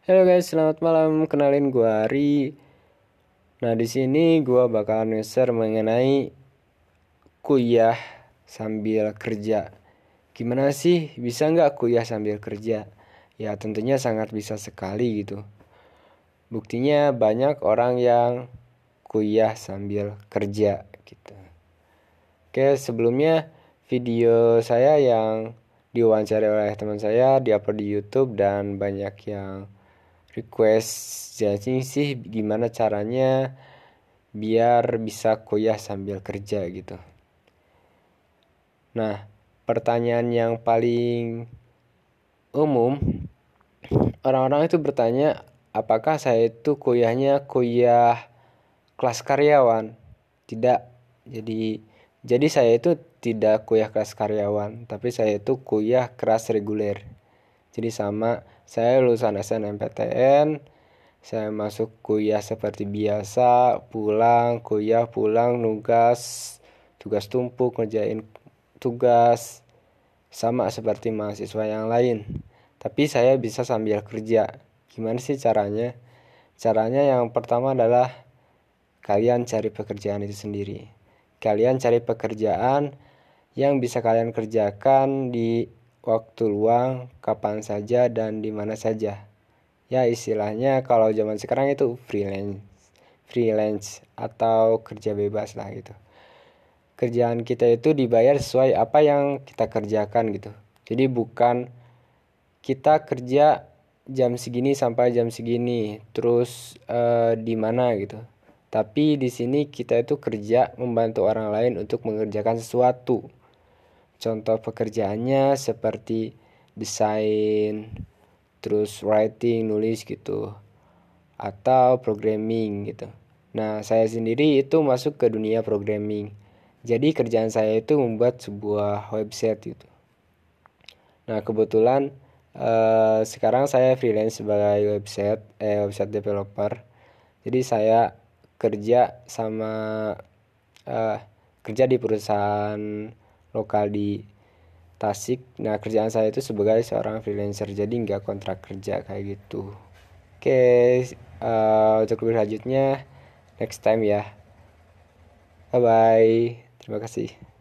Halo guys, selamat malam. Kenalin gua Ari. Nah, di sini gua bakalan nge-share mengenai kuliah sambil kerja. Gimana sih bisa nggak kuliah sambil kerja? Ya tentunya sangat bisa sekali gitu. Buktinya banyak orang yang kuliah sambil kerja gitu. Oke, sebelumnya video saya yang diwawancara oleh teman saya diupload di YouTube dan banyak yang request jadi sih gimana caranya biar bisa kuliah sambil kerja gitu. Nah, pertanyaan yang paling umum, orang-orang itu bertanya, apakah saya itu kuliah kelas karyawan? Tidak. Jadi saya itu tidak kuliah kelas karyawan, tapi saya itu kuliah kelas reguler. Jadi sama, saya lulusan SNMPTN, saya masuk kuliah seperti biasa, pulang, kuliah, pulang, tugas tumpuk, ngerjain tugas, sama seperti mahasiswa yang lain. Tapi saya bisa sambil kerja. Gimana sih caranya? Caranya yang pertama adalah kalian cari pekerjaan itu sendiri. Kalian cari pekerjaan yang bisa kalian kerjakan di waktu luang, kapan saja dan di mana saja. Ya istilahnya kalau zaman sekarang itu freelance atau kerja bebas lah gitu. Kerjaan kita itu dibayar sesuai apa yang kita kerjakan gitu. Jadi bukan kita kerja jam segini sampai jam segini terus di mana gitu. Tapi di sini kita itu kerja membantu orang lain untuk mengerjakan sesuatu. Contoh pekerjaannya seperti desain, terus writing, nulis gitu, atau programming gitu. Nah, saya sendiri itu masuk ke dunia programming. Jadi kerjaan saya itu membuat sebuah website gitu. Nah, kebetulan sekarang saya freelance sebagai website developer. Jadi saya kerja sama eh, kerja di perusahaan lokal di Tasik. Nah, kerjaan saya itu sebagai seorang freelancer, jadi nggak kontrak kerja kayak gitu. Oke, untuk lebih lanjutnya next time ya. Bye bye. Terima kasih.